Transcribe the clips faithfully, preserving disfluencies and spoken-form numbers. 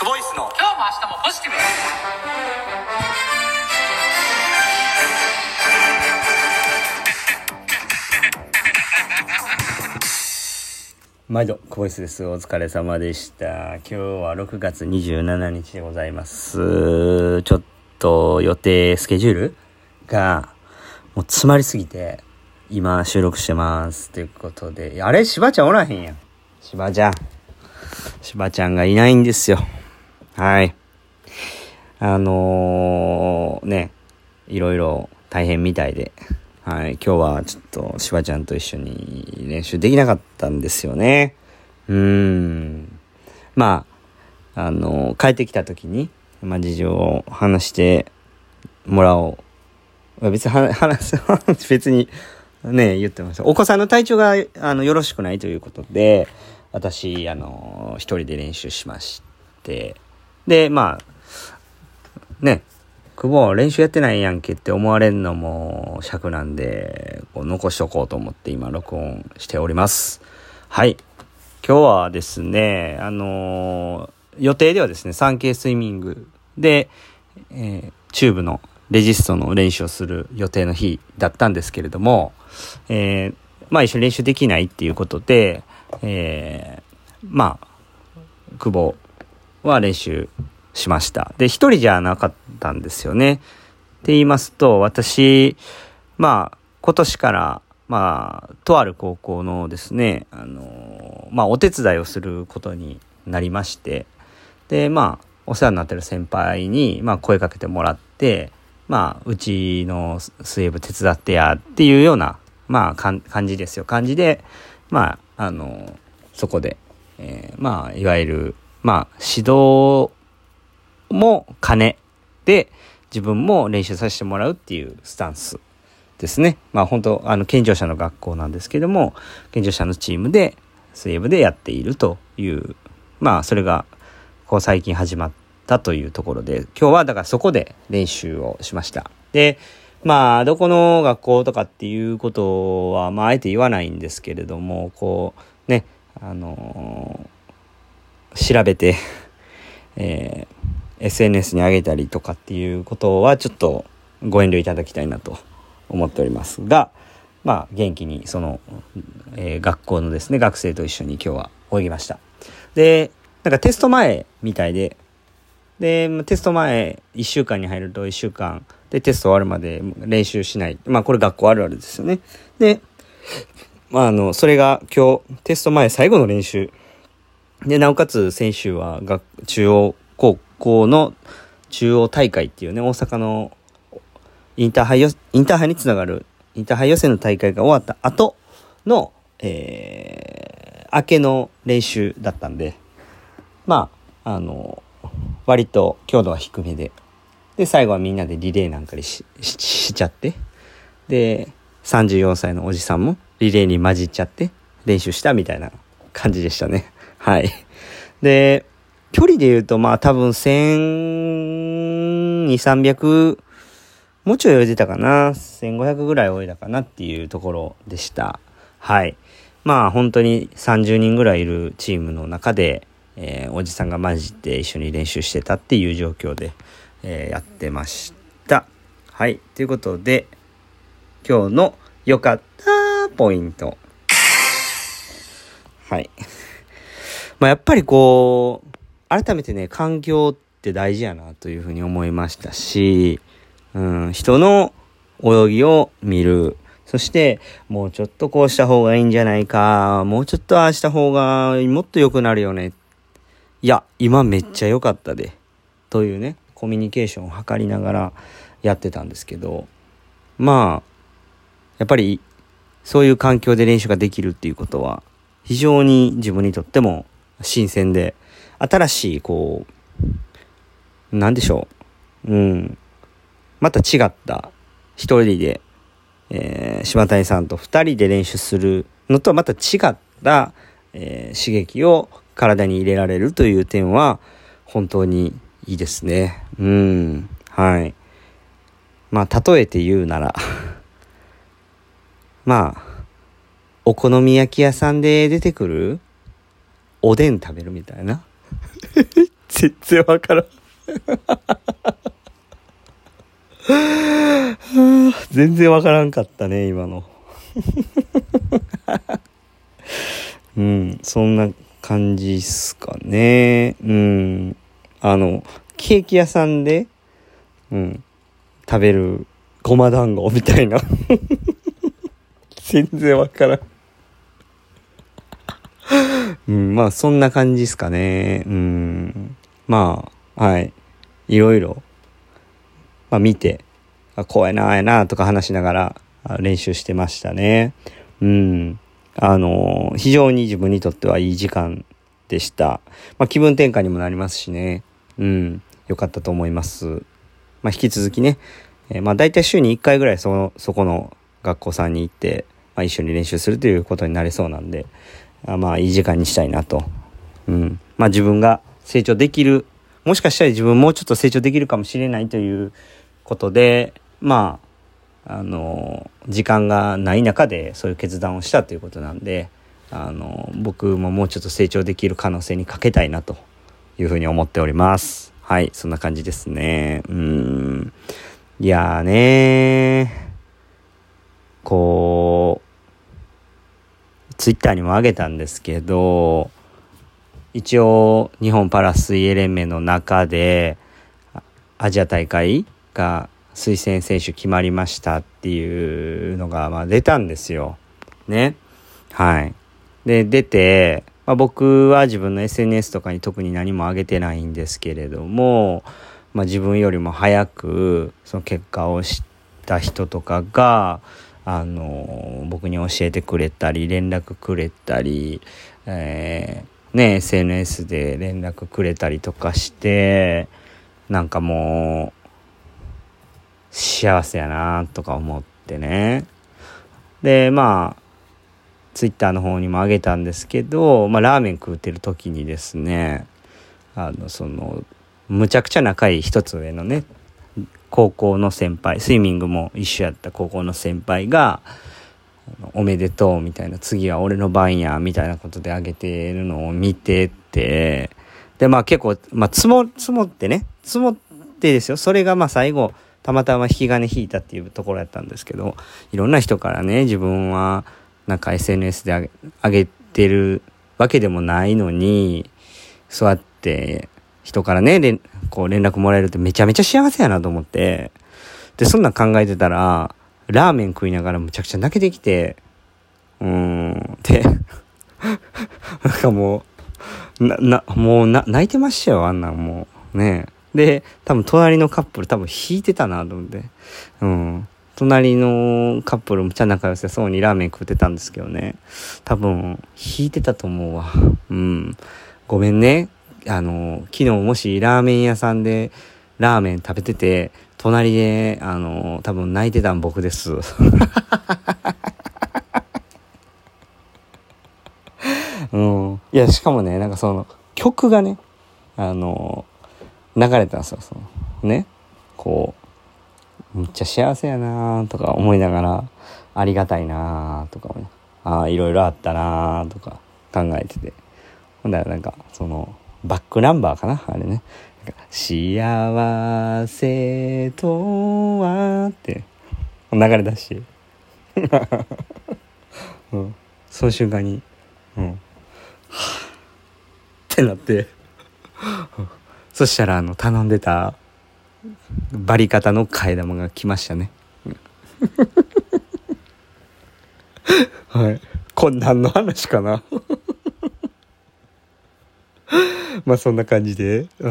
クボイスの今日も明日もポジティブ。 毎度クボイスです。お疲れ様でした。今日はろくがつにじゅうしちにちでございます。ちょっと予定スケジュールがもう詰まりすぎて今収録してますということで、あれしばちゃんおらへんやん。しばちゃんしばちゃんがいないんですよ。はいあのー、ねいろいろ大変みたいで、はい、今日はちょっとしばちゃんと一緒に練習できなかったんですよね。うーんまああの帰ってきた時に、まあ、事情を話してもらおう。別に話す別にね言ってました。お子さんの体調があのよろしくないということで、私あの一人で練習しまして、でまあね久保練習やってないやんけって思われるのも尺なんで、こう残しとこうと思って今録音しております。はい、今日はですねあのー、予定ではですね スリーケー スイミングで、えー、チューブのレジストの練習をする予定の日だったんですけれども、えー、まあ一緒に練習できないっていうことで、えー、まあ久保は練習しました。で、一人じゃなかったんですよね。って言いますと、私、まあ、今年から、まあ、とある高校のですね、あの、まあ、お手伝いをすることになりまして、で、まあ、お世話になってる先輩に、まあ、声かけてもらって、まあ、うちの水泳部手伝ってやっていうような、まあ、感じですよ。感じで、まあ、あの、そこで、えー、まあ、いわゆる、まあ、指導も兼ねで自分も練習させてもらうっていうスタンスですね。まあ本当あの健常者の学校なんですけども、健常者のチームで水泳部でやっているという、まあそれがこう最近始まったというところで、今日はだからそこで練習をしました。でまあどこの学校とかっていうことはまああえて言わないんですけれども、こうねあのー、調べてえーエスエヌエス に上げたりとかっていうことはちょっとご遠慮いただきたいなと思っておりますが、まあ元気にその、えー、学校のですね学生と一緒に今日は泳ぎました。でなんかテスト前みたいで、でテスト前いっしゅうかんに入るといっしゅうかんでテスト終わるまで練習しない、まあこれ学校あるあるですよね。でまああのそれが今日テスト前最後の練習で、なおかつ先週は学中央高校の中央大会っていうね、大阪のインターハイよインターハイにつながるインターハイ予選の大会が終わった後の、えー、明けの練習だったんで、まああの割と強度は低めで、で最後はみんなでリレーなんかに し, し, しちゃって、でさんじゅうよんさいのおじさんもリレーに混じっちゃって練習したみたいな感じでしたね。はい。で、距離で言うと、まあ多分せんにひゃく、さんびゃく、もうちょい泳いでたかな。せんごひゃくぐらい泳いだかなっていうところでした。はい。まあ本当にさんじゅうにんぐらいいるチームの中で、えー、おじさんが混じって一緒に練習してたっていう状況で、えー、やってました。はい。ということで、今日の良かったポイント。はい。まあ、やっぱりこう改めてね環境って大事やなというふうに思いましたし、うん、人の泳ぎを見る、そしてもうちょっとこうした方がいいんじゃないか、もうちょっとああした方がもっと良くなるよね、いや今めっちゃ良かったでというねコミュニケーションを図りながらやってたんですけど、まあやっぱりそういう環境で練習ができるっていうことは非常に自分にとっても新鮮で、新しいこうなんでしょう、うんまた違った一人で、えー、柴谷さんと二人で練習するのとはまた違った、えー、刺激を体に入れられるという点は本当にいいですね。うんはいまあ例えて言うならまあお好み焼き屋さんで出てくるおでん食べるみたいな全然わからん全然わからんかったね今のうんそんな感じっすかね。うんあのケーキ屋さんでうん食べるごま団子みたいな全然わからんうんまあそんな感じっすかね。うんまあはいいろいろまあ見てあこうやなあやなとか話しながら練習してましたね。うんあの非常に自分にとってはいい時間でした。まあ気分転換にもなりますしね。うん良かったと思います。まあ引き続きね、えー、まあ大体週にいっかいぐらいそのそこの学校さんに行って、まあ、一緒に練習するということになれそうなんで、あまあいい時間にしたいなと。うんまあ自分が成長できる、もしかしたら自分もうちょっと成長できるかもしれないということで、まああの時間がない中でそういう決断をしたということなんで、あの僕ももうちょっと成長できる可能性にかけたいなというふうに思っております。はいそんな感じですね。うーんいやーねーこうツイッターにも上げたんですけど、一応日本パラ水泳連盟の中でアジア大会が推薦選手決まりましたっていうのがまあ出たんですよね。はいで出て、まあ、僕は自分の エスエヌエス とかに特に何も上げてないんですけれども、まあ、自分よりも早くその結果を知った人とかがあの僕に教えてくれたり連絡くれたり、えー、ね エスエヌエス で連絡くれたりとかして、なんかもう幸せやなとか思ってね。でまあツイッターの方にも上げたんですけど、まあ、ラーメン食うてる時にですね、あのそのむちゃくちゃ仲いい一つ上のね高校の先輩、スイミングも一緒やった高校の先輩がおめでとうみたいな、次は俺の番やみたいなことであげてるのを見てて、でまあ結構、まあ、積も積もってね積もってですよ、それがまあ最後たまたま引き金引いたっていうところやったんですけど、いろんな人からね自分はなんか エスエヌエス で上げ、上げてるわけでもないのに、そうやって人からね連こう連絡もらえるってめちゃめちゃ幸せやなと思って、でそんなん考えてたらラーメン食いながらむちゃくちゃ泣けてきて、うーんでなんかもうななもうな泣いてましたよあんなんもうね。で多分隣のカップル多分引いてたなと思って、うん隣のカップルむちゃ仲良さそうにラーメン食ってたんですけどね、多分引いてたと思うわ。うんごめんね、あの昨日もしラーメン屋さんでラーメン食べてて隣であの多分泣いてたん僕ですうん、いやしかもねなんかその曲がねあの流れたんですよ。そのねこうむっちゃ幸せやなとか思いながら、ありがたいなとか思い、ああいろいろあったなとか考えてて、ほんだらなんかそのバックナンバーかなあれね、なんか幸せとはって流れ出し、うん、その瞬間にうんはぁってなってそしたらあの頼んでたバリカタの替え玉が来ましたね、うん、はいこんなんの話かなまあそんな感じで、うん、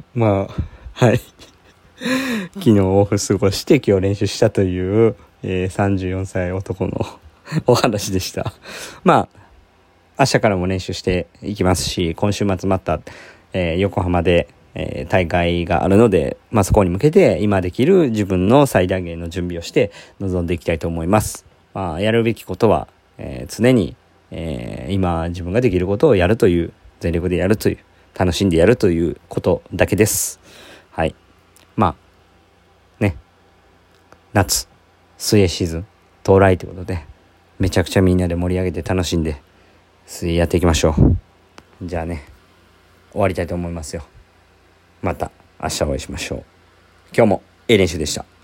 まあはい昨日オフ過ごして今日練習したという、えー、さんじゅうよんさい男のお話でした。まあ明日からも練習していきますし、今週末また、えー、横浜で、えー、大会があるので、まあ、そこに向けて今できる自分の最大限の準備をして臨んでいきたいと思います。まあ、やるべきことは、えー、常に、えー、今自分ができることをやるという、全力でやるという、楽しんでやるということだけです。はい。まあね、夏水泳シーズン到来ということで、めちゃくちゃみんなで盛り上げて楽しんで水泳やっていきましょう。じゃあね、終わりたいと思いますよ。 また明日お会いしましょう。今日もええ練習でした。